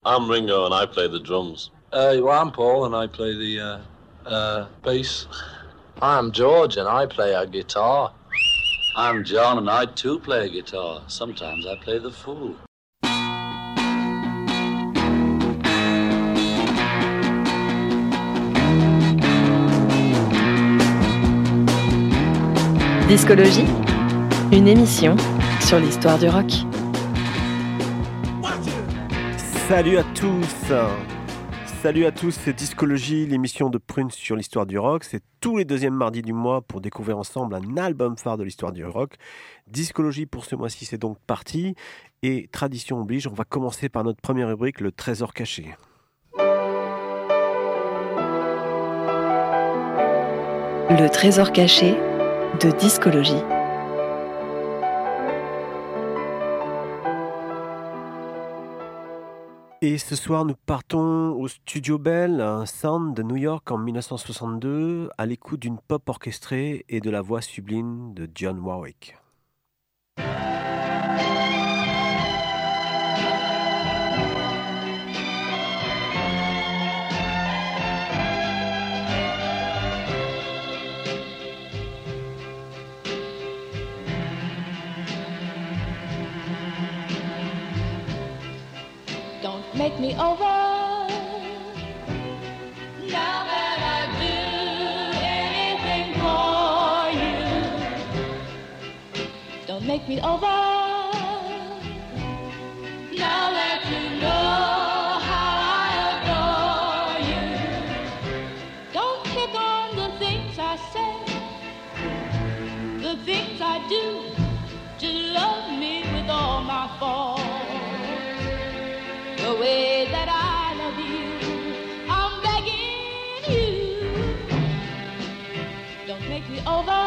I'm Ringo and I play the drums. Well, I'm Paul and I play the bass. I'm George and I play a guitar. I'm John and I too play a guitar. Sometimes I play the fool. Discologie, une émission sur l'histoire du rock. Salut à tous, c'est Discologie, l'émission de Prune sur l'histoire du rock. C'est tous les deuxièmes mardis du mois pour découvrir ensemble un album phare de l'histoire du rock. Discologie pour ce mois-ci, c'est donc parti. Et tradition oblige, on va commencer par notre première rubrique, le trésor caché. Le trésor caché de Discologie. Et ce soir, nous partons au Studio Bell, un sound de New York en 1962, à l'écoute d'une pop orchestrée et de la voix sublime de Dionne Warwick. Make me over now that I do anything for you. Don't make me over now that you know how I adore you. Don't pick on the things I say, the things I do to love me with all my faults. The way that I love you, I'm begging you. Don't make me over.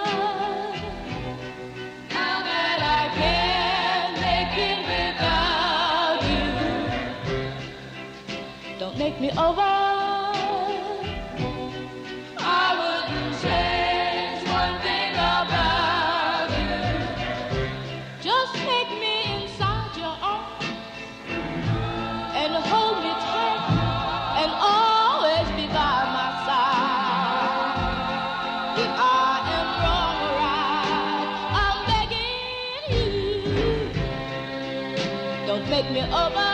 Now that I can't make it without you. Don't make me over. I wouldn't change one thing about you. Just take me inside your arms and hold me tight and always be by my side. If I am wrong or right, I'm begging you. Don't make me over.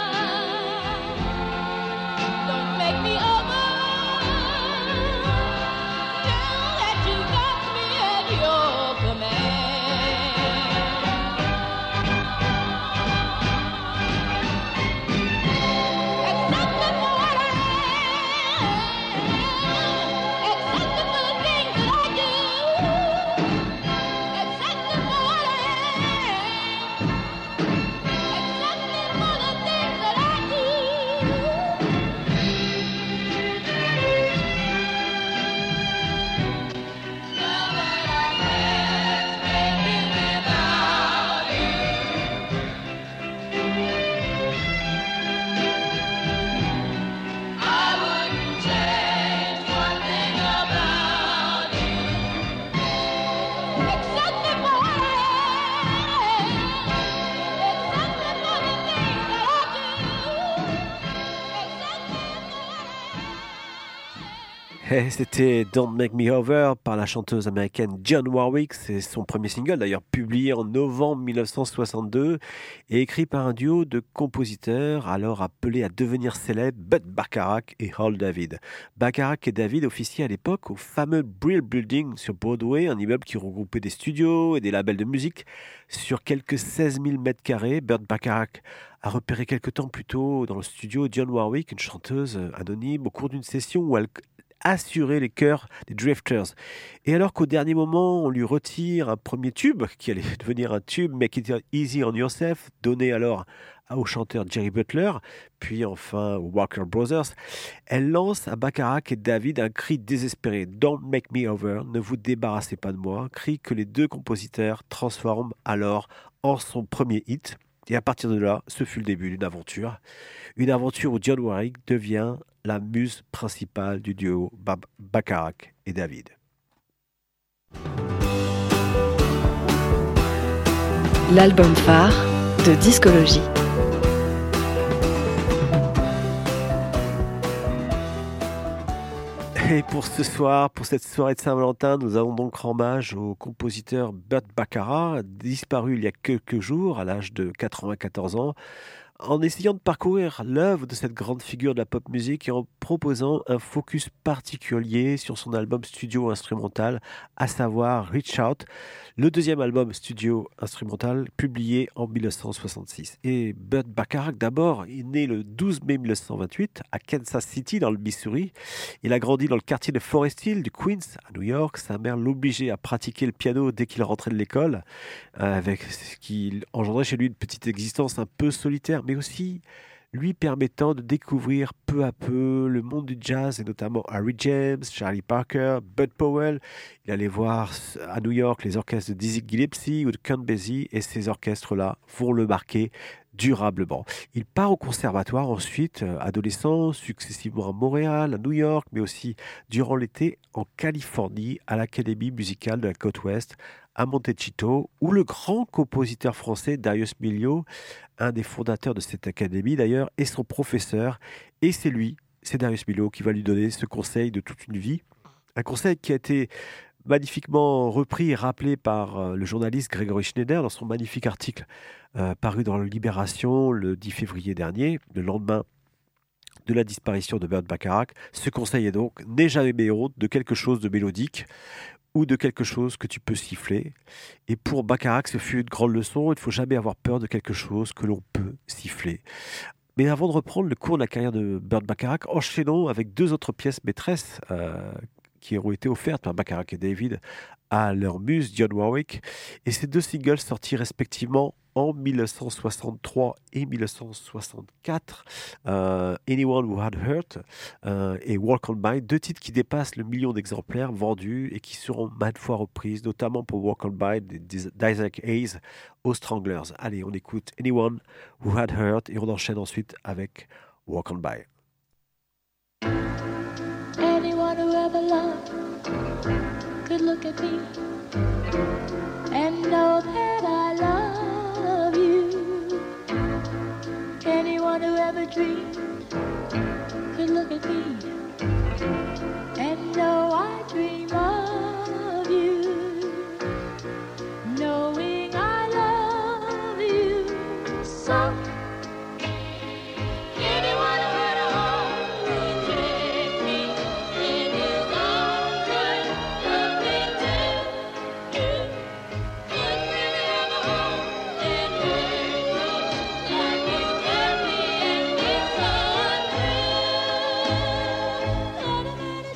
Don't make me over. Now that you got me at your command. Exactly for what I am. Exactly for the things that I do. Exactly for what I am. Exactly for the things that I do. Now that I can't make it without you. I wouldn't change one thing about you. Exactly for what I am. Exactly for the things that I do. Exactly for what I am. C'était Don't Make Me Over par la chanteuse américaine Dionne Warwick. C'est son premier single, d'ailleurs publié en novembre 1962 et écrit par un duo de compositeurs alors appelés à devenir célèbres, Bud Bacharach et Hal David. Bacharach et David officiaient à l'époque au fameux Brill Building sur Broadway, un immeuble qui regroupait des studios et des labels de musique sur quelques 16 000 mètres carrés. Bud Bacharach a repéré quelque temps plus tôt dans le studio Dionne Warwick, une chanteuse anonyme, au cours d'une session où elle assurer les chœurs des Drifters. Et alors qu'au dernier moment, on lui retire un premier tube, qui allait devenir un tube, Make It Easy on Yourself, donné alors au chanteur Jerry Butler, puis enfin aux Walker Brothers, elle lance à Bacharach et David un cri désespéré, « Don't make me over, ne vous débarrassez pas de moi », cri que les deux compositeurs transforment alors en son premier hit. Et à partir de là, ce fut le début d'une aventure où Dionne Warwick devient la muse principale du duo Bacharach et David. L'album phare de Discologie. Et pour ce soir, pour cette soirée de Saint-Valentin, nous allons donc rendre hommage au compositeur Burt Bacharach, disparu il y a quelques jours à l'âge de 94 ans, en essayant de parcourir l'œuvre de cette grande figure de la pop music et en proposant un focus particulier sur son album studio instrumental, à savoir Reach Out, le deuxième album studio instrumental publié en 1966. Et Burt Bacharach, d'abord, est né le 12 mai 1928 à Kansas City, dans le Missouri. Il a grandi dans le quartier de Forest Hill du Queens, à New York. Sa mère l'obligeait à pratiquer le piano dès qu'il rentrait de l'école, avec ce qui engendrait chez lui une petite existence un peu solitaire, mais aussi lui permettant de découvrir peu à peu le monde du jazz, et notamment Harry James, Charlie Parker, Bud Powell. Il allait voir à New York les orchestres de Dizzy Gillespie ou de Count Basie, et ces orchestres-là vont le marquer durablement. Il part au conservatoire ensuite, adolescent, successivement à Montréal, à New York, mais aussi durant l'été en Californie, à l'Académie musicale de la côte ouest, à Montecito, où le grand compositeur français Darius Milhaud, un des fondateurs de cette académie d'ailleurs, est son professeur. Et c'est Darius Milhaud qui va lui donner ce conseil de toute une vie. Un conseil qui a été magnifiquement repris et rappelé par le journaliste Gregory Schneider dans son magnifique article paru dans Libération le 10 février dernier, le lendemain de la disparition de Burt Bacharach. Ce conseil est donc: n'aie jamais honte de quelque chose de mélodique ou de quelque chose que tu peux siffler. Et pour Bacharach, ce fut une grande leçon. Il ne faut jamais avoir peur de quelque chose que l'on peut siffler. Mais avant de reprendre le cours de la carrière de Burt Bacharach, enchaînons avec deux autres pièces maîtresses qui ont été offertes par Bacharach et David à leur muse Dionne Warwick. Et ces deux singles sortis respectivement en 1963 et 1964, Anyone Who Had Hurt et Walk On By, deux titres qui dépassent le million d'exemplaires vendus et qui seront maintes fois reprises, notamment pour Walk On By d'Isaac Hayes aux Stranglers. Allez, on écoute Anyone Who Had Hurt et on enchaîne ensuite avec Walk On By. Anyone who ever loved could look at me and know that I love you. Anyone who ever dreamed could look at me and know I dream of you. Knowing I love you so. Anyone who had a heart would take me in his arms and love me too. Could really have a home and hurt me like you hurt me, and it's untrue.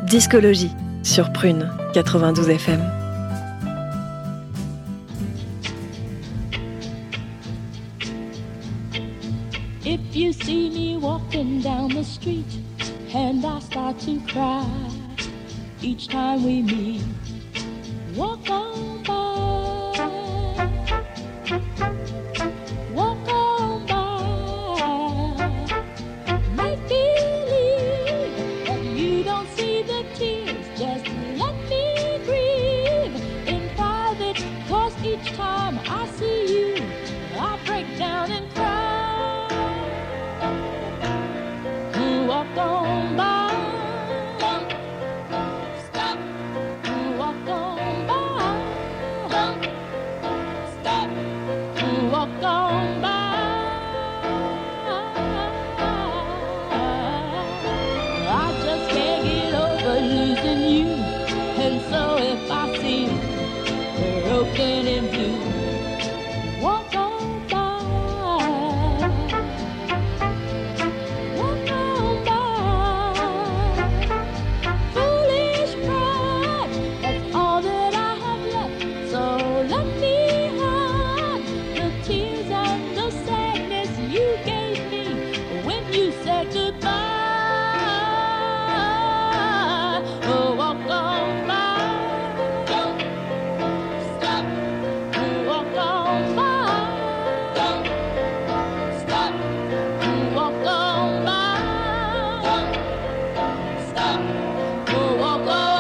Discologie sur Prune 92 FM. If you see me walking down the street and I start to cry each time we meet, walk on by, walk on by. Make believe that you don't see the tears, just let me grieve in private, 'cause each time I see you I break down and cry. Walk on by, stop, walk on by, stop, walk on by. I just can't get over losing you, and so if I seem broken and blue, walk on by. Walk on by. Foolish pride, that's all that I have left. So let me hide the tears and the sadness you gave me when you said goodbye. Oh, walk on by. Don't stop. Walk on by. Don't stop. Walk on by. Don't stop. Walk on.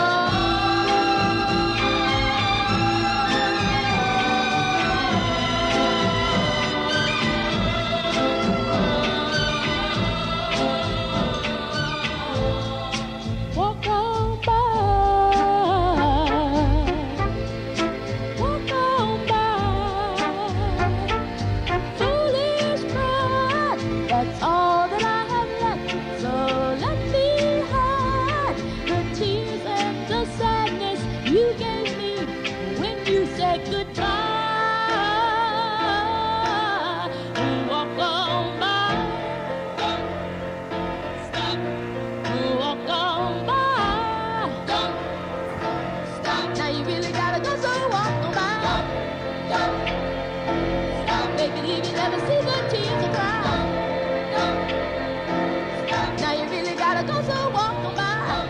Walk on by. Walk on by. Foolish pride, that's all that I have left. So let me hide the tears and the sadness you gave me when you said goodbye. Walk on by. Don't stop. Walk on by. Don't stop. Now you really gotta go, so walk on by. Don't stop. Make believe you never see the tears you cry. Don't stop. Now you really gotta go, so walk on by.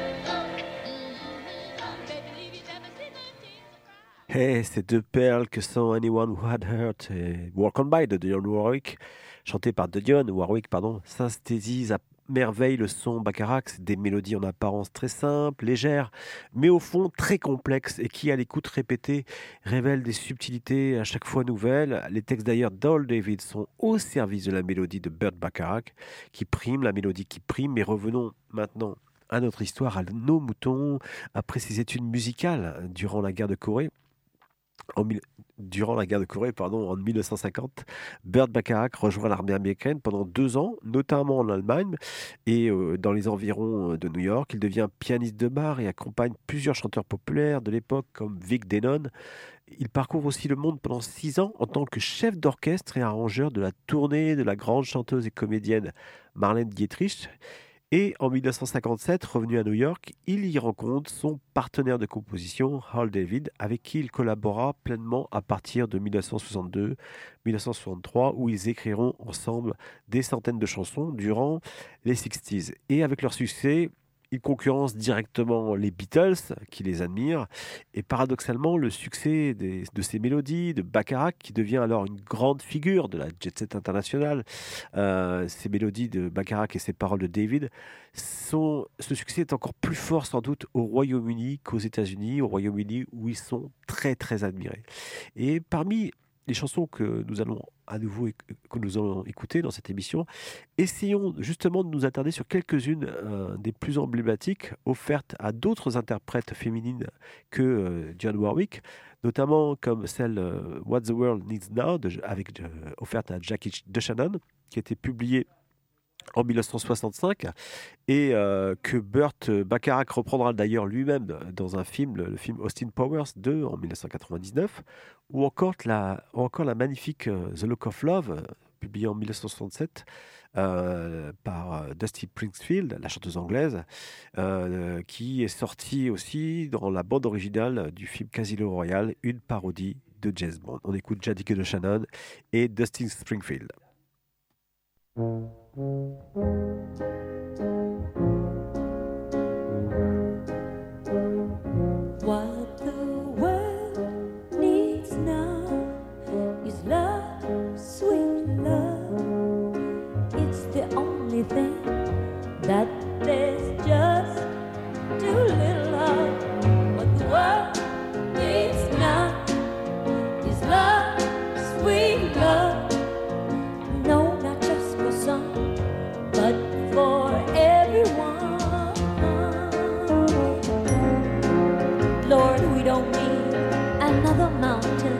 Make believe you never see the tears you cry. Hey, ces deux perles que sont Anyone Who Had Hurt et Walk On By de Dionne Warwick, chanté par Dionne Warwick, synthétisent à merveille le son Bacharach, des mélodies en apparence très simples, légères, mais au fond très complexes et qui, à l'écoute répétée, révèlent des subtilités à chaque fois nouvelles. Les textes d'ailleurs d'Hal David sont au service de la mélodie de Burt Bacharach, qui prime, la mélodie qui prime. Mais revenons maintenant à notre histoire, à nos moutons, après ses études musicales durant la guerre de Corée. Durant la guerre de Corée, en 1950, Burt Bacharach rejoint l'armée américaine pendant 2 ans, notamment en Allemagne et dans les environs de New York. Il devient pianiste de bar et accompagne plusieurs chanteurs populaires de l'époque comme Vic Denon. Il parcourt aussi le monde pendant 6 ans en tant que chef d'orchestre et arrangeur de la tournée de la grande chanteuse et comédienne Marlène Dietrich. Et en 1957, revenu à New York, il y rencontre son partenaire de composition, Hal David, avec qui il collabora pleinement à partir de 1962-1963, où ils écriront ensemble des centaines de chansons durant les 60s. Et avec leur succès, ils concurrencent directement les Beatles, qui les admirent. Et paradoxalement, le succès de ces mélodies, de Bacharach, qui devient alors une grande figure de la jet-set internationale, ces mélodies de Bacharach et ces paroles de David, ce succès est encore plus fort sans doute au Royaume-Uni qu'aux États-Unis, au Royaume-Uni où ils sont très très admirés. Et parmi les chansons que nous allons écouter dans cette émission, essayons justement de nous attarder sur quelques-unes des plus emblématiques offertes à d'autres interprètes féminines que Dionne Warwick, notamment comme celle What the World Needs Now, offerte à Jackie DeShannon, qui a été publiée en 1965 et que Burt Bacharach reprendra d'ailleurs lui-même dans un film, le film Austin Powers 2 en 1999, ou encore la magnifique The Look of Love, publié en 1967 par Dusty Springfield, la chanteuse anglaise, qui est sortie aussi dans la bande originale du film Casino Royale, une parodie de James Bond. On écoute Jadike de Shannon et Dusty Springfield. What the world needs now is love, sweet love. It's the only thing that there's just too little of. What the world needs now is love, sweet love. No, not just for some, but for everyone. Lord, we don't need another mountain.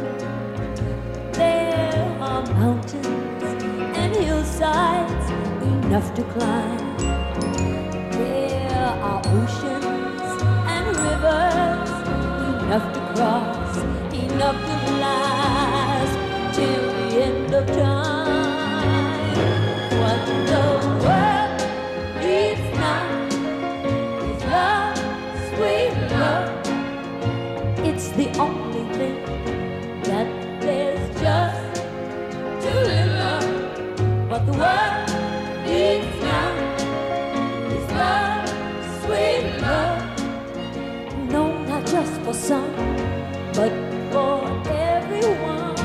There are mountains and hillsides enough to climb. There are oceans and rivers enough to cross, enough to last till the end of time. What the world needs now is love, sweet love. It's the only thing that there's just too little of. What the world needs now is love, sweet love. No, not just for some, but for everyone.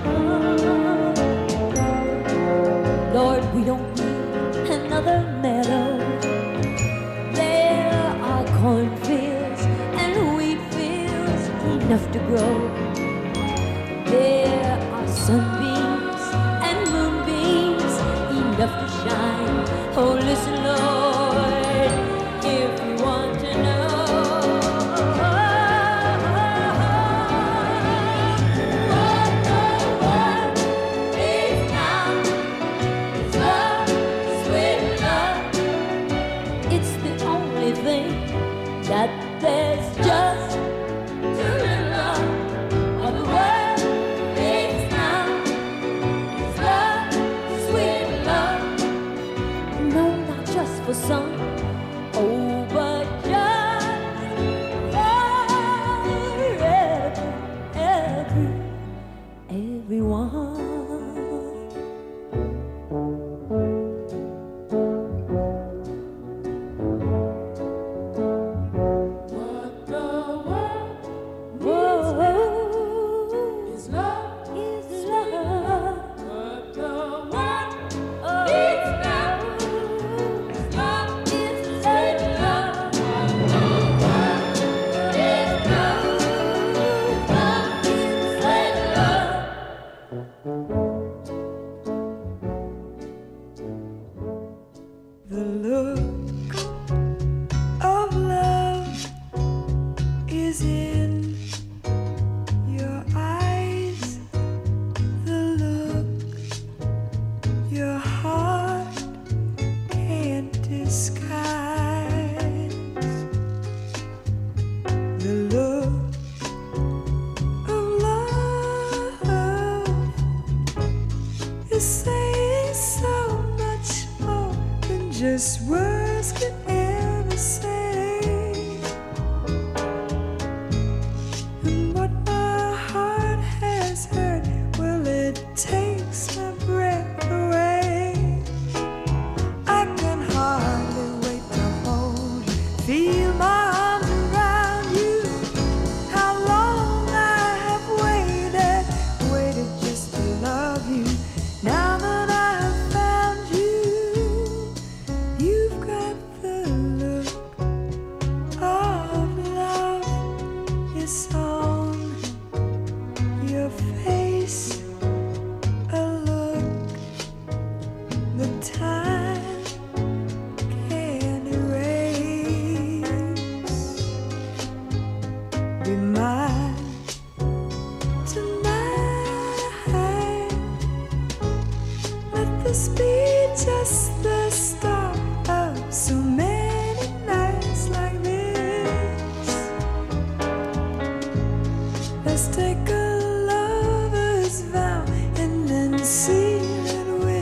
Lord, we don't need another meadow. There are cornfields and wheat fields enough to grow. There are sunbeams and moonbeams enough to shine. Oh, listen, Lord, if you want to know. What the world needs now is love, sweet love. It's the only thing that there's just too little of. What the world needs now is love, sweet love. No, not just for some, oh, but just for everyone. The look of love is in your eyes. The look your heart can't disguise. The look of love is saying so much more than just words could ever say. And what my heart has heard, well, it takes my breath away. I can hardly wait to hold you, feel my arms around you. How long I have waited just to love you. Now that I have found you, you've got the look of love. It's on your face, a look the time can't erase. Be mine tonight. Let this be just the start of so many nights like this. Let's take a lover's vow and then seal it with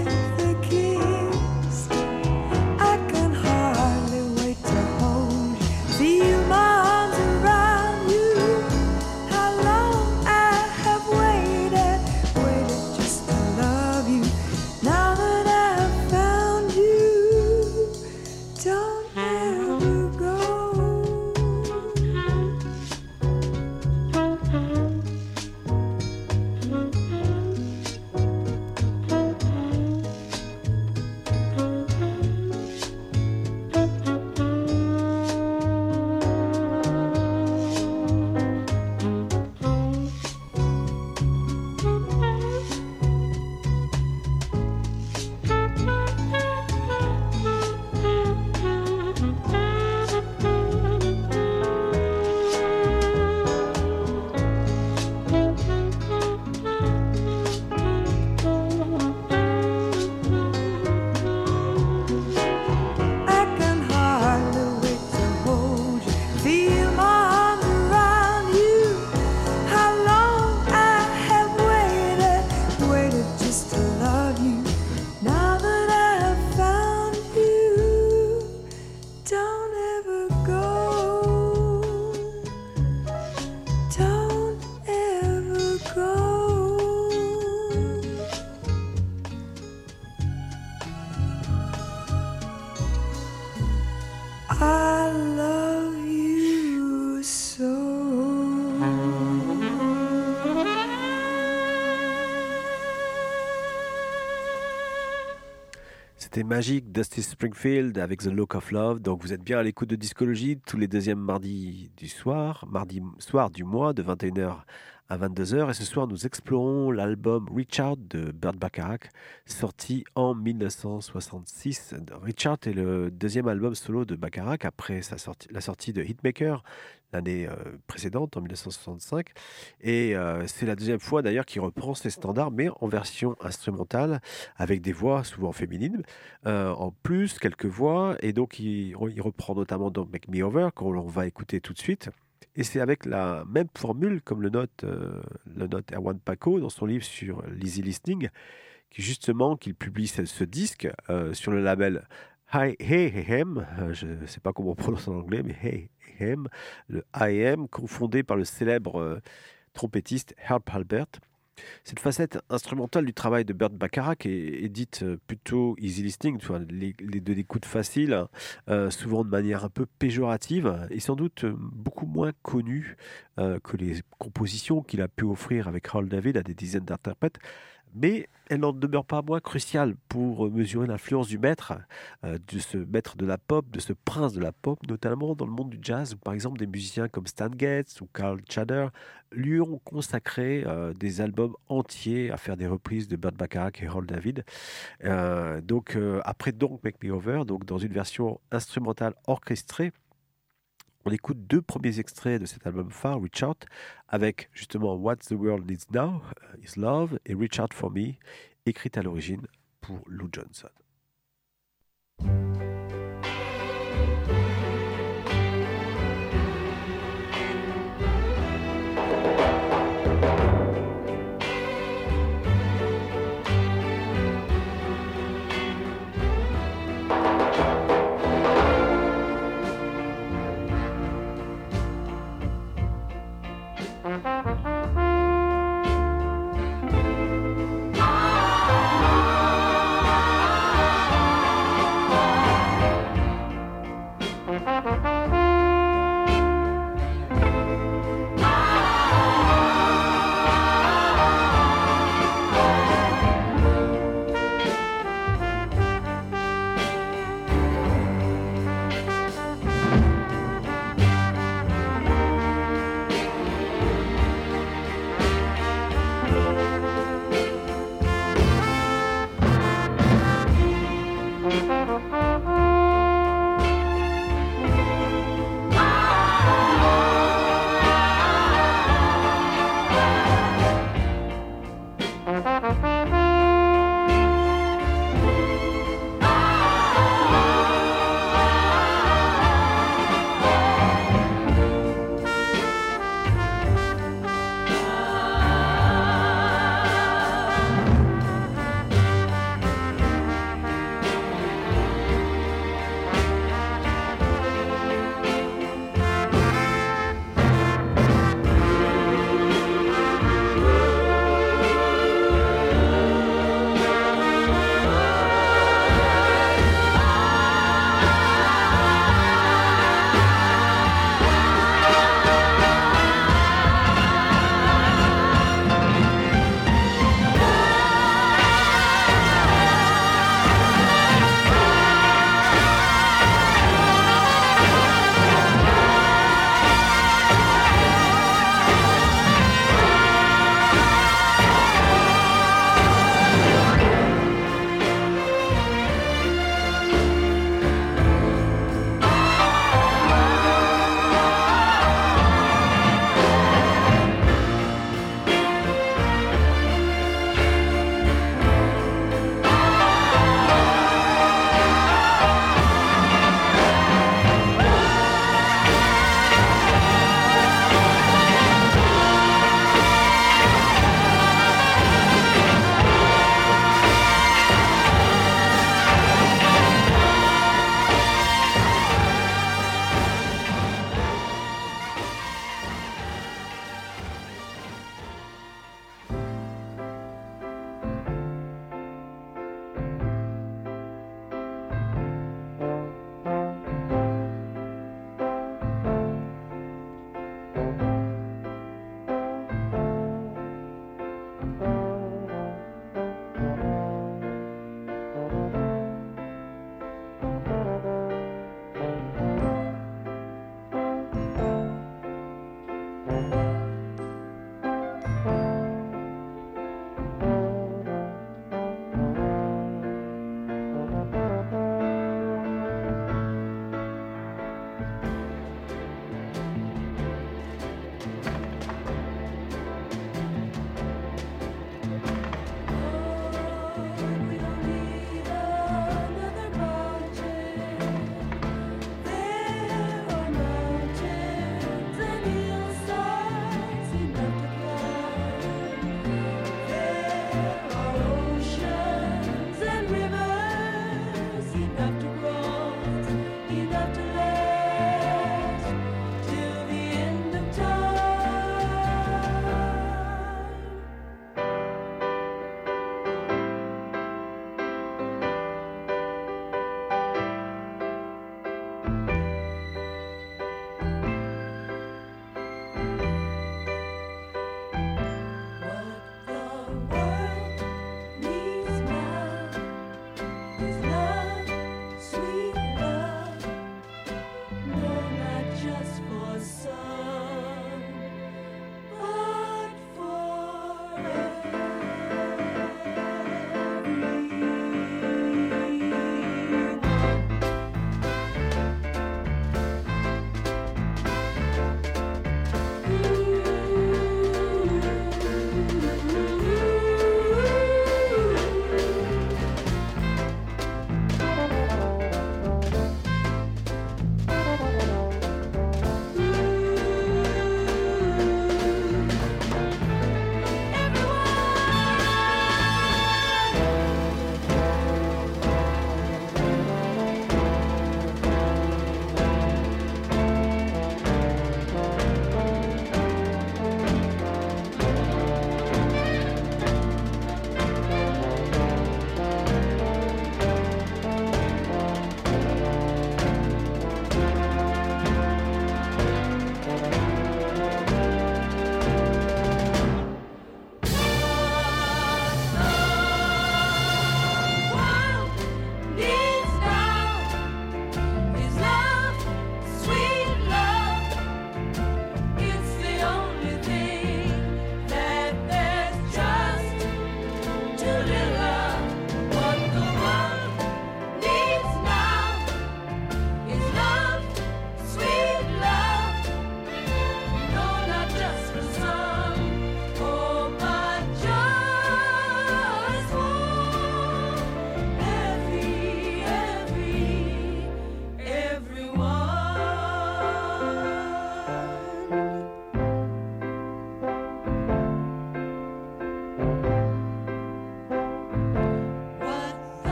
C'était magique, Dusty Springfield avec The Look of Love. Donc vous êtes bien à l'écoute de Discologie tous les deuxièmes mardis mardi soir du mois de 21h à 22h. Et ce soir, nous explorons l'album Reach Out de Burt Bacharach, sorti en 1966. Reach Out est le deuxième album solo de Bacharach après la sortie de Hitmaker l'année précédente, en 1965. Et c'est la deuxième fois d'ailleurs qu'il reprend ses standards, mais en version instrumentale, avec des voix souvent féminines. En plus, quelques voix. Et donc, il reprend notamment Don't Make Me Over, qu'on va écouter tout de suite. Et c'est avec la même formule, comme le note Erwan Paco dans son livre sur l'easy listening, qu'il publie ce disque sur le label Hey Hem, je ne sais pas comment on prononce en anglais, mais Hey Hem, le IM, confondé par le célèbre trompettiste Herb Alpert. Cette facette instrumentale du travail de Burt Bacharach est dite plutôt easy listening, de l'écoute facile, souvent de manière un peu péjorative, et sans doute beaucoup moins connue que les compositions qu'il a pu offrir avec Hal David à des dizaines d'interprètes. Mais elle n'en demeure pas moins cruciale pour mesurer l'influence du maître, de ce maître de la pop, de ce prince de la pop, notamment dans le monde du jazz, où par exemple des musiciens comme Stan Getz ou Carl Thader lui ont consacré des albums entiers à faire des reprises de Burt Bacharach et Hal David. Après Don't Make Me Over, donc dans une version instrumentale orchestrée, on écoute deux premiers extraits de cet album phare, Reach Out, avec justement What the World Needs Now is Love et Reach Out for Me, écrite à l'origine pour Lou Johnson.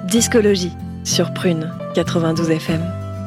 Discologie sur Prune 92 FM.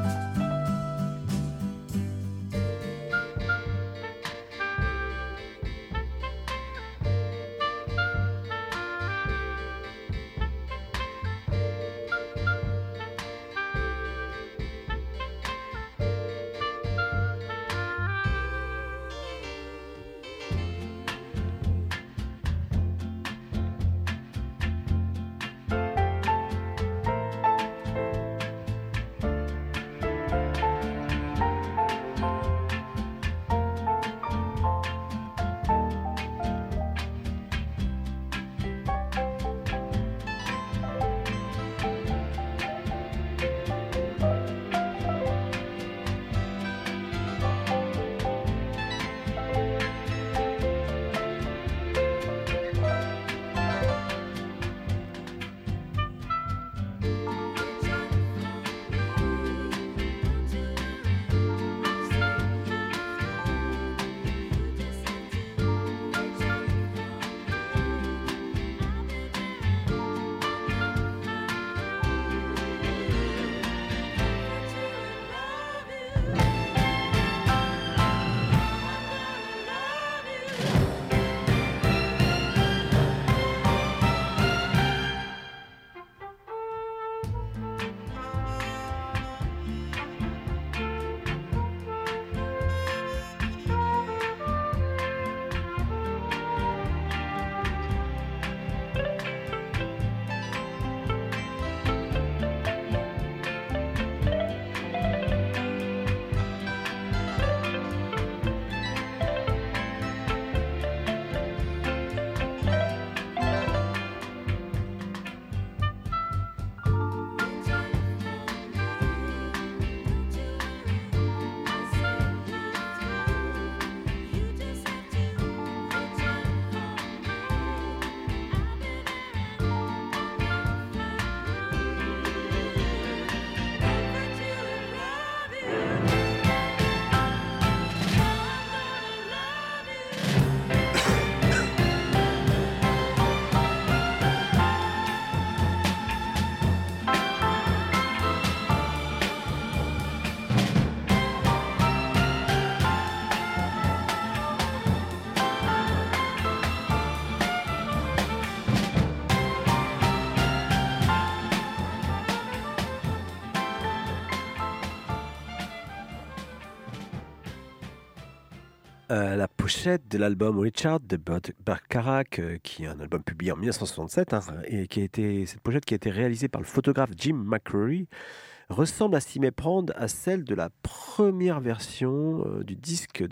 La pochette de l'album Richard de Burt Bacharach, qui est un album publié en 1967, et cette pochette qui a été réalisée par le photographe Jim McCrory, ressemble à s'y méprendre à celle de la première version du disque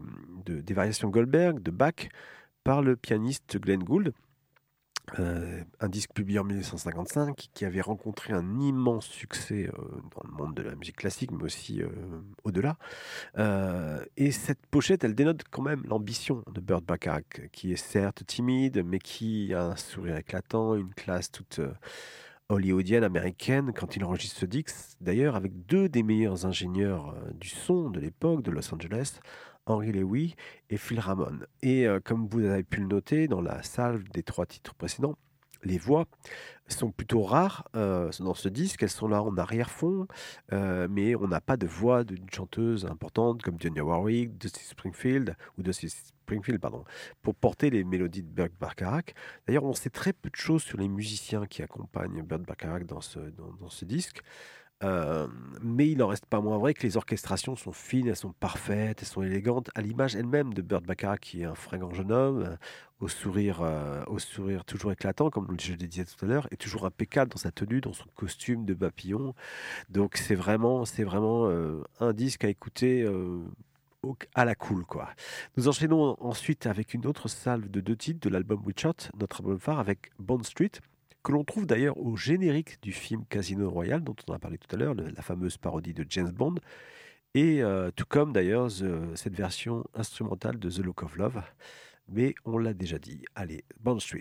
des variations Goldberg de Bach par le pianiste Glenn Gould. Un disque publié en 1955 qui avait rencontré un immense succès dans le monde de la musique classique, mais aussi au-delà. Et cette pochette, elle dénote quand même l'ambition de Burt Bacharach, qui est certes timide, mais qui a un sourire éclatant, une classe toute hollywoodienne, américaine, quand il enregistre ce disque, d'ailleurs avec deux des meilleurs ingénieurs du son de l'époque de Los Angeles, Henry Lewy et Phil Ramone. Et comme vous avez pu le noter dans la salve des 3 titres précédents, les voix sont plutôt rares dans ce disque. Elles sont là en arrière-fond, mais on n'a pas de voix d'une chanteuse importante comme Dionne Warwick, Dusty Springfield, pour porter les mélodies de Burt Bacharach. D'ailleurs, on sait très peu de choses sur les musiciens qui accompagnent Burt Bacharach dans ce disque. Mais il n'en reste pas moins vrai que les orchestrations sont fines, elles sont parfaites, elles sont élégantes, à l'image elle-même de Burt Bacharach, qui est un fringant jeune homme, au sourire toujours éclatant, comme je le disais tout à l'heure, et toujours impeccable dans sa tenue, dans son costume de papillon. Donc c'est vraiment un disque à écouter à la cool, quoi. Nous enchaînons ensuite avec une autre salve de 2 titres de l'album Richard, notre album phare, avec Bond Street, que l'on trouve d'ailleurs au générique du film Casino Royale, dont on a parlé tout à l'heure, la fameuse parodie de James Bond, et tout comme d'ailleurs cette version instrumentale de The Look of Love, mais on l'a déjà dit. Allez, Bond Street.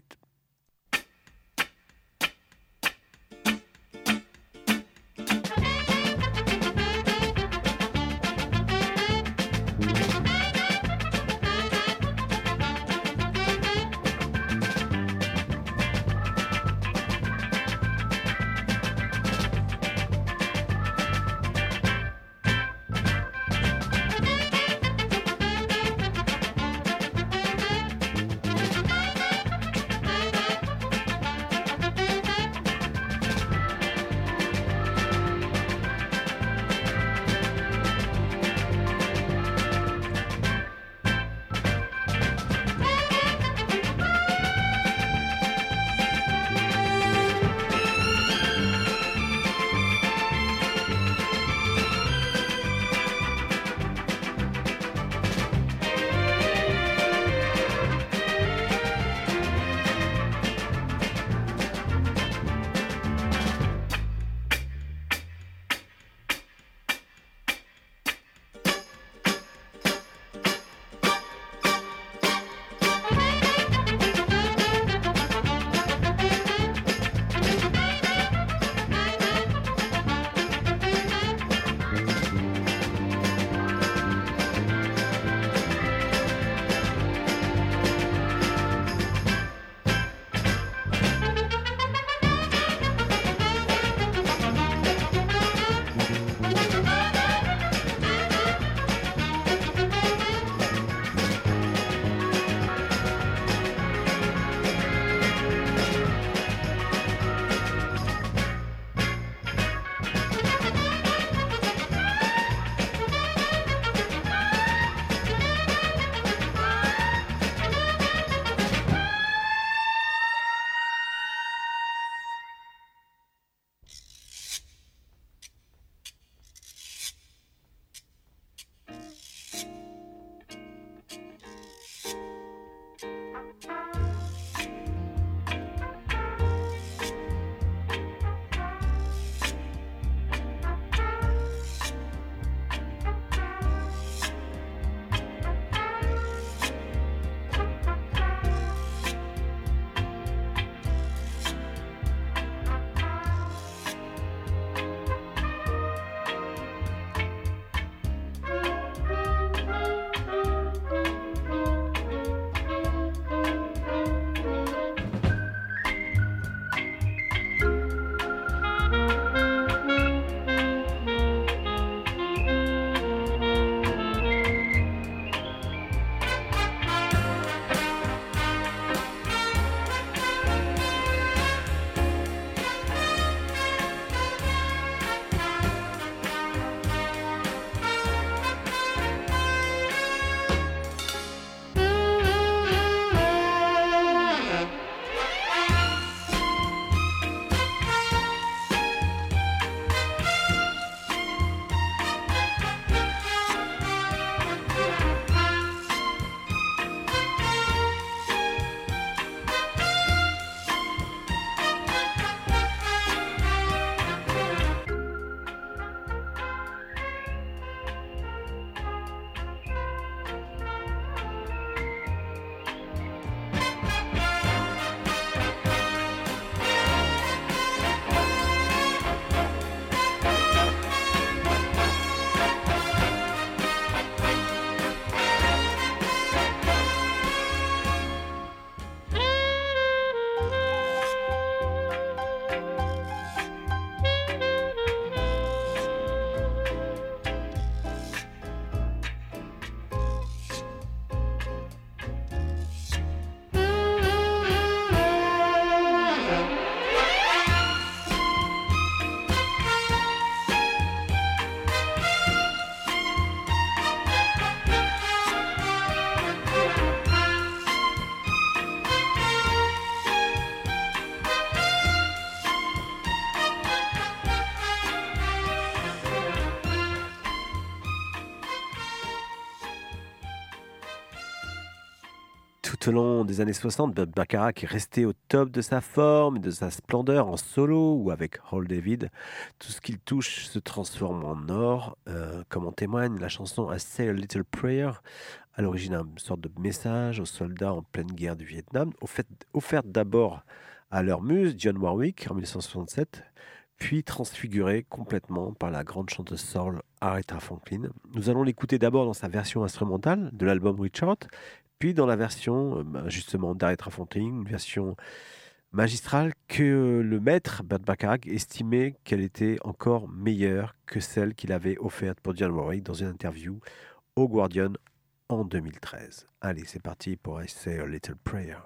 Tout au long des années 60, Burt Bacharach est resté au top de sa forme et de sa splendeur en solo ou avec Hall David. Tout ce qu'il touche se transforme en or, comme en témoigne la chanson I Say a Little Prayer, à l'origine une sorte de message aux soldats en pleine guerre du Vietnam, offerte d'abord à leur muse, Dionne Warwick, en 1967, puis transfigurée complètement par la grande chanteuse soul Aretha Franklin. Nous allons l'écouter d'abord dans sa version instrumentale de l'album Richard, puis dans la version justement d'Aretha Franklin, une version magistrale que le maître Burt Bacharach estimait qu'elle était encore meilleure que celle qu'il avait offerte pour Dionne Warwick dans une interview au Guardian en 2013. Allez, c'est parti pour I Say a Little Prayer.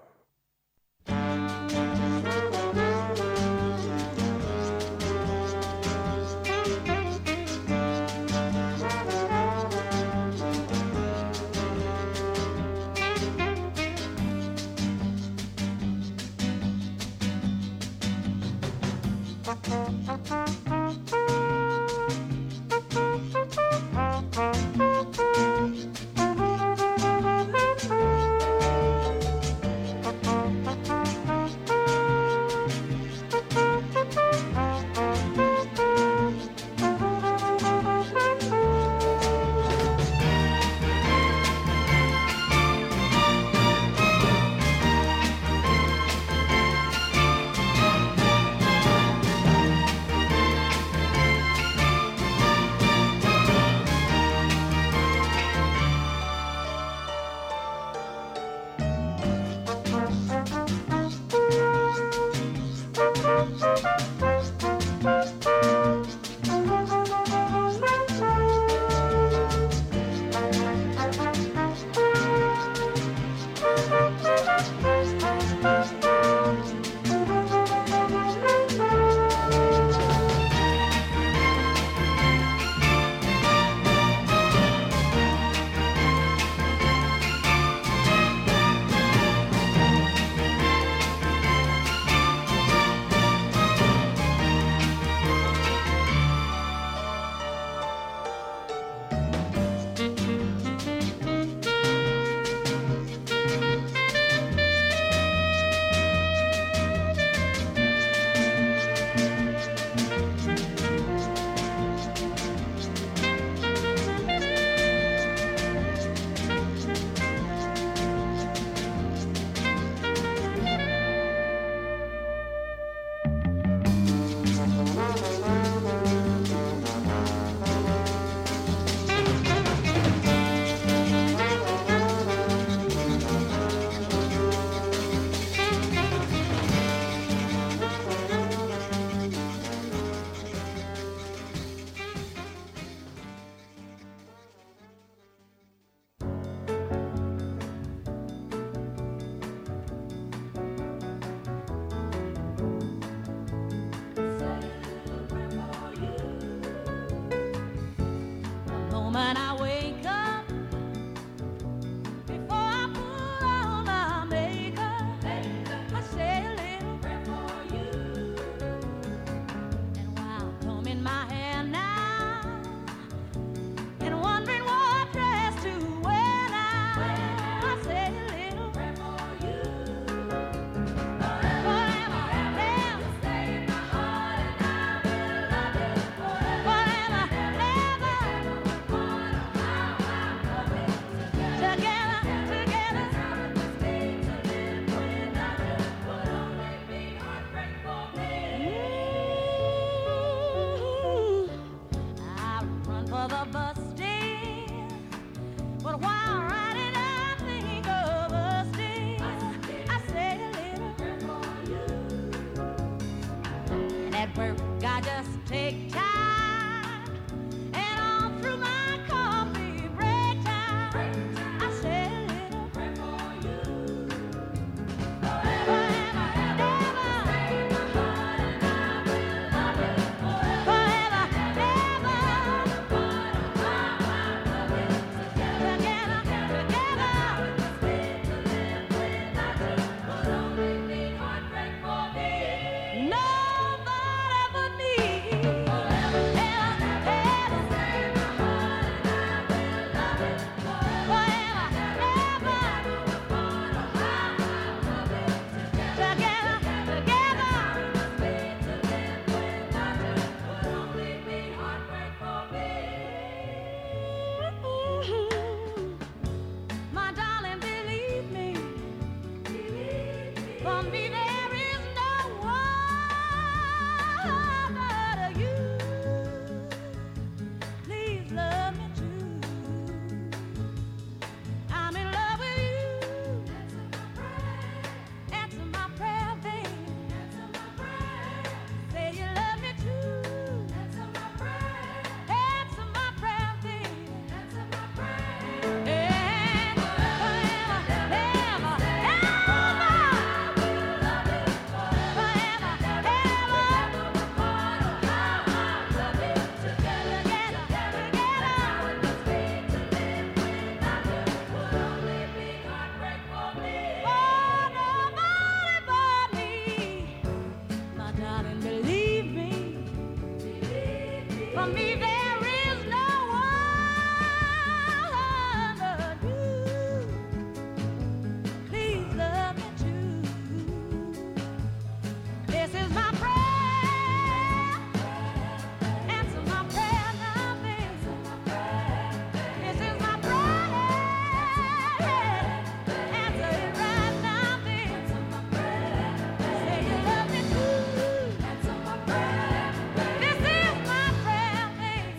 Nobody but me. For me, there is no one but you. Please love me too. This is my prayer. Answer my prayer now, baby. This is my prayer. Answer it right now, baby. Say you love me too. Answer my prayer. This is my prayer, baby.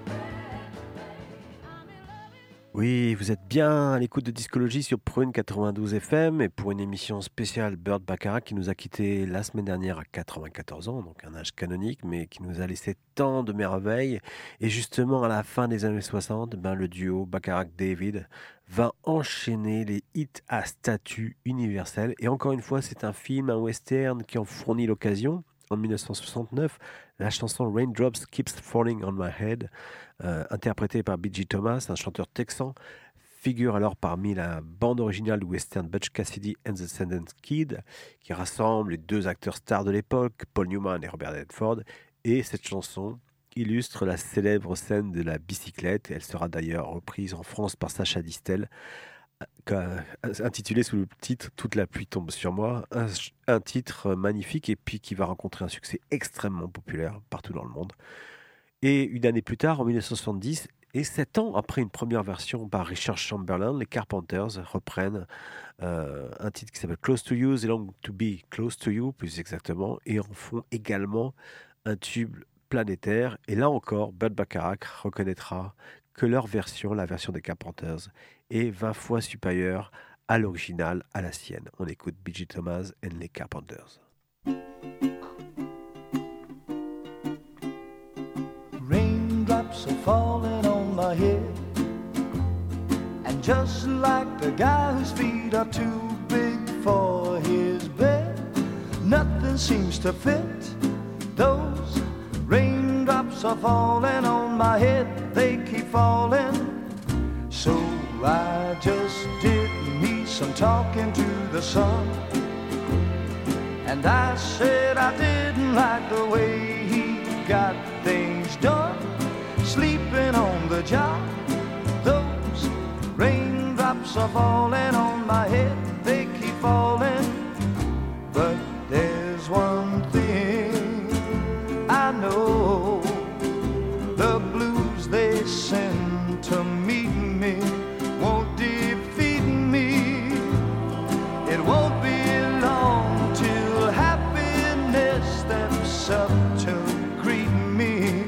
I'm in love with you. Oui, vous êtes bien à l'écoute de Discologie sur Prune 92 FM et pour une émission spéciale Burt Bacharach qui nous a quittés la semaine dernière à 94 ans, donc un âge canonique, mais qui nous a laissé tant de merveilles. Et justement, à la fin des années 60, le duo Bacharach-David va enchaîner les hits à statut universel. Et encore une fois, c'est un film, un western qui en fournit l'occasion. En 1969, la chanson Raindrops Keeps Falling on My Head, interprétée par B.J. Thomas, un chanteur texan, figure alors parmi la bande originale du western Butch Cassidy and the Sundance Kid, qui rassemble les deux acteurs stars de l'époque, Paul Newman et Robert Redford. Et cette chanson illustre la célèbre scène de la bicyclette. Elle sera d'ailleurs reprise en France par Sacha Distel, intitulé sous le titre « Toute la pluie tombe sur moi », un titre magnifique et puis qui va rencontrer un succès extrêmement populaire partout dans le monde. Et une année plus tard, en 1970, et 7 ans après une première version par Richard Chamberlain, les Carpenters reprennent un titre qui s'appelle « Close to You, They Long to Be Close to You », plus exactement, et en font également un tube planétaire. Et là encore, Burt Bacharach reconnaîtra que leur version, la version des Carpenters, est 20 fois supérieure à l'original, à la sienne. On écoute B.J. Thomas et les Carpenters. Raindrops are falling on my head, and just like the guy whose feet are too big for his bed, nothing seems to fit. Those raindrops are falling on my head, they keep falling. So I just did me some talking to the sun, and I said I didn't like the way he got things done, sleeping on the job. Those raindrops are falling on my head, they keep falling. But there's one thing I know, the blues they send to meet me won't defeat me. It won't be long till happiness steps up to greet me.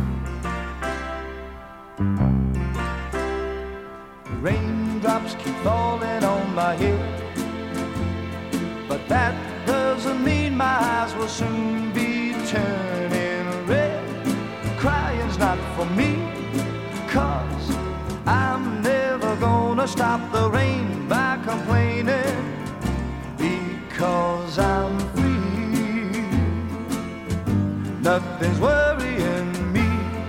Raindrops keep falling on my head, but that doesn't mean my eyes will soon be turning red. Crying's not for me, 'cause I'm never gonna stop the rain by complaining, because I'm free. Nothing's worrying me.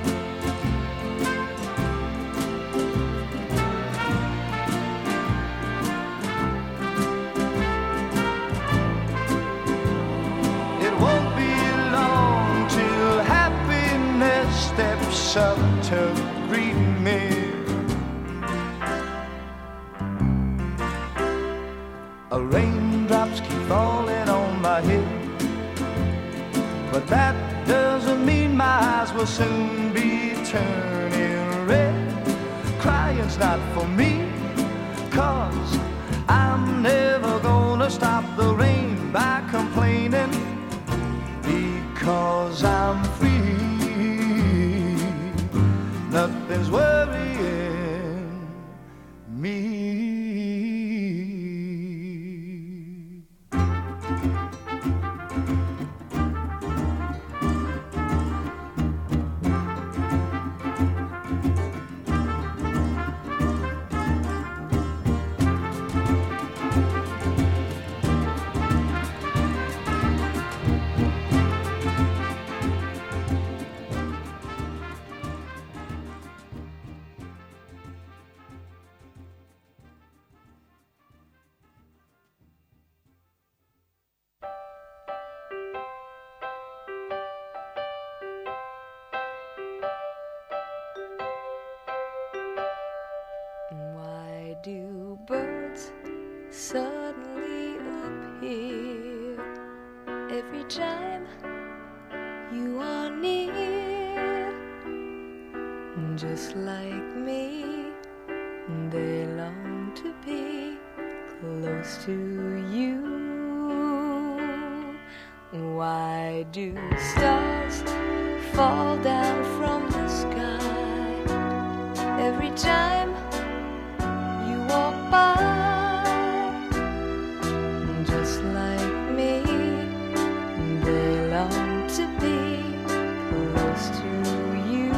It won't be long till happiness steps up to greet me. Raindrops keep falling on my head, but that doesn't mean my eyes will soon be turning red. Crying's not for me, 'cause I'm never gonna stop the rain by complaining, because I'm free. Nothing's worrying me. just like me, they long to be close to you. Why do stars fall down from the sky every time you walk by? Just like me, they long to be close to you.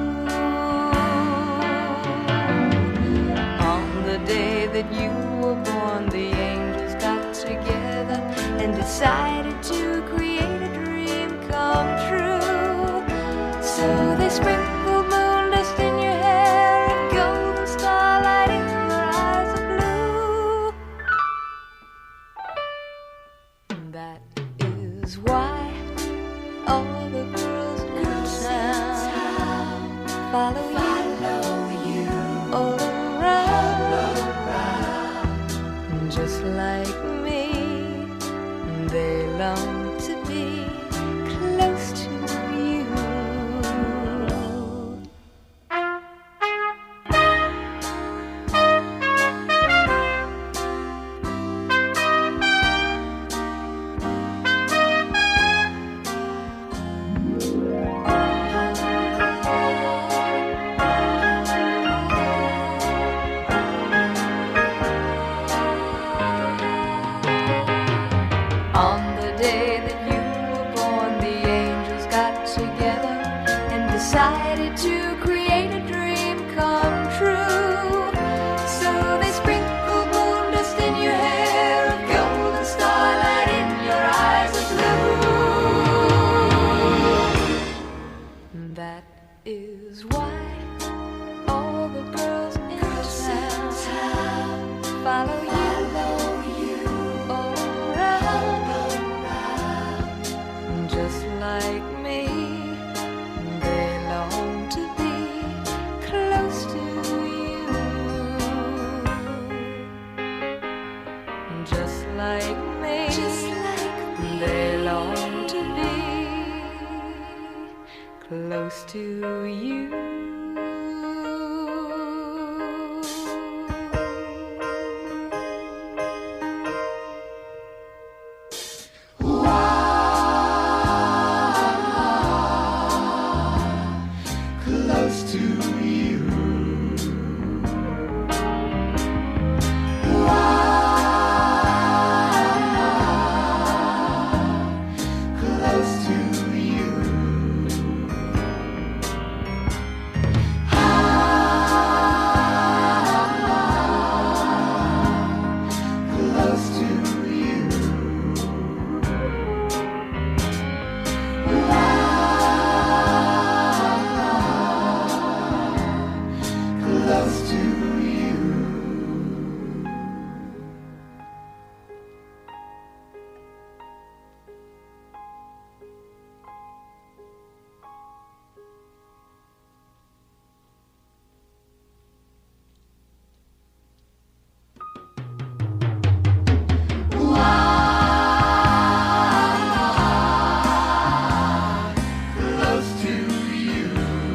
On the day that you were born, the angels got together and decided to create a dream come true. So they sprinkled moon dust in your hair and golden starlight in your eyes of blue. That is why all the girls in town follow you all around. Just like me, they long to be close to you. On the day that you were born, the angels got together and decided to create a dream come true. So they sprinkled moon dust in your hair and golden starlight in your eyes of blue. That is why all the girls in town follow you all around. Just like me, they long to be close to you. Just like me, they long to be close to you. Close to you. Close to you. Close to you. Close to you. Close to you.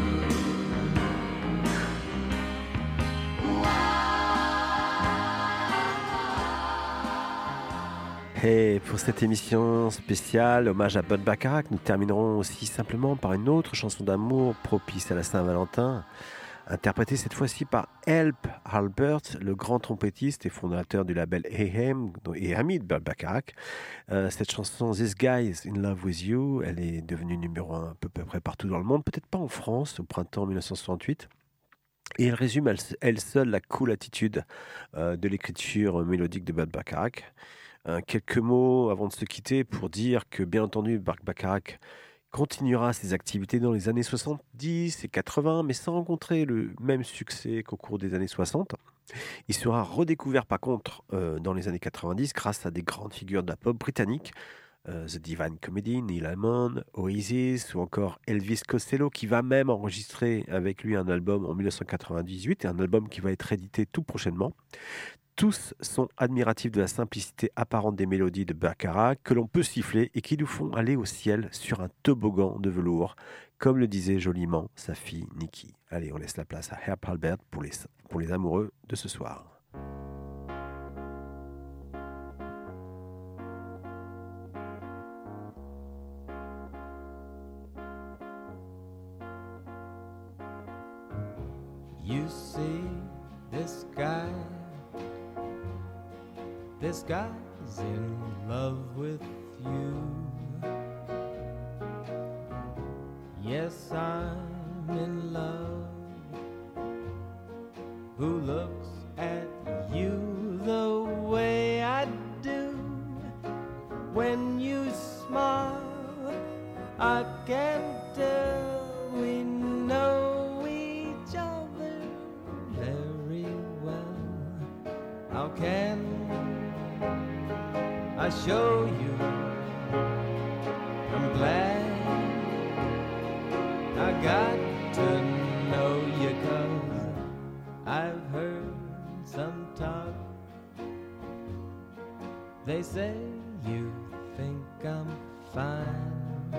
Et pour cette émission spéciale, hommage à Burt Bacharach, nous terminerons aussi simplement par une autre chanson d'amour propice à la Saint-Valentin, interprétée cette fois-ci par Help Albert, le grand trompettiste et fondateur du label A.M. et ami de Burt Bacharach. Cette chanson This Guy is in Love with You, elle est devenue numéro 1 à peu près partout dans le monde, peut-être pas en France au printemps 1968. Et elle résume elle seule la cool attitude de l'écriture mélodique de Burt Bacharach. Quelques mots avant de se quitter pour dire que, bien entendu, Burt Bacharach continuera ses activités dans les années 70 et 80, mais sans rencontrer le même succès qu'au cours des années 60. Il sera redécouvert, par contre, dans les années 90 grâce à des grandes figures de la pop britannique, The Divine Comedy, Neil Hammond, Oasis ou encore Elvis Costello, qui va même enregistrer avec lui un album en 1998 et un album qui va être édité tout prochainement. Tous sont admiratifs de la simplicité apparente des mélodies de Baccarat que l'on peut siffler et qui nous font aller au ciel sur un toboggan de velours, comme le disait joliment sa fille Nikki. Allez, on laisse la place à Herb Alpert pour les amoureux de ce soir. You see this guy's in love with you. Yes, I'm in love. Who looks at you the way I do? When you smile, I can tell we know each other very well. How can I show you? I'm glad I got to know you, 'cause I've heard some talk. They say you think I'm fine.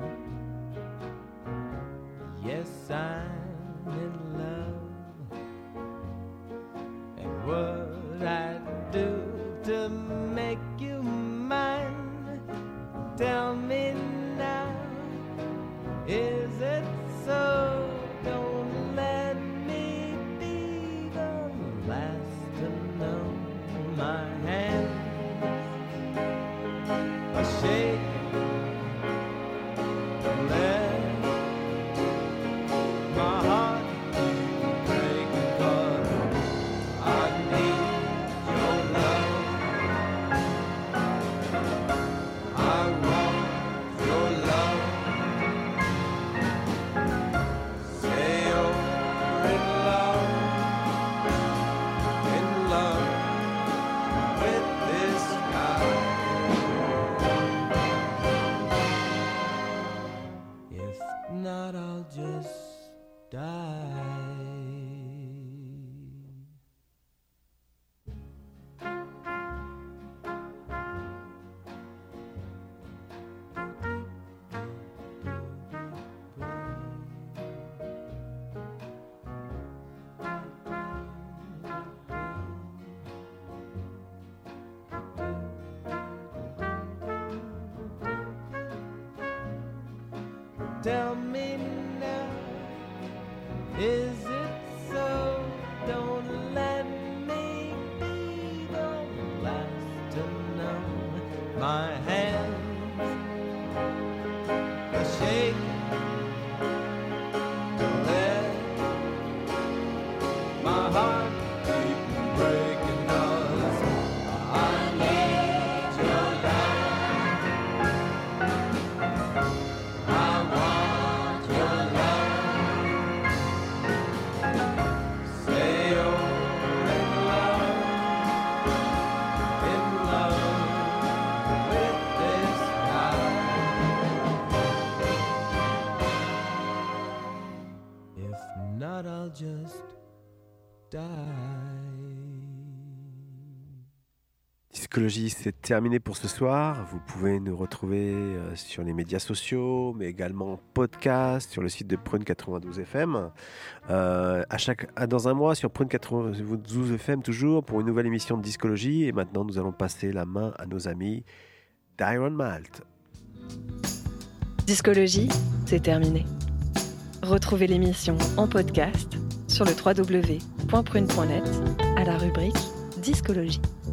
Yes, I'm in love. And what I do to make you mine? Tell me now, is it so? Don't let me be the last to know. My hands are shaking. Don't let my heart break, 'cause I need your love. I want your love. Say you're in love with this guy. If not, I'll just die. Tell me now, is it so? Don't let me be the last to know. My hands are shaking. Don't let my heart keep breaking, 'cause I need your love. I want your love. Say you're in love with this guy. If not, I'll just die. Discologie, c'est terminé pour ce soir. Vous pouvez nous retrouver sur les médias sociaux, mais également en podcast sur le site de Prune 92 FM. Dans un mois sur Prune 92 FM toujours pour une nouvelle émission de Discologie. Et maintenant, nous allons passer la main à nos amis d'Iron Malt. Discologie, c'est terminé. Retrouvez l'émission en podcast sur le www.prune.net à la rubrique Discologie.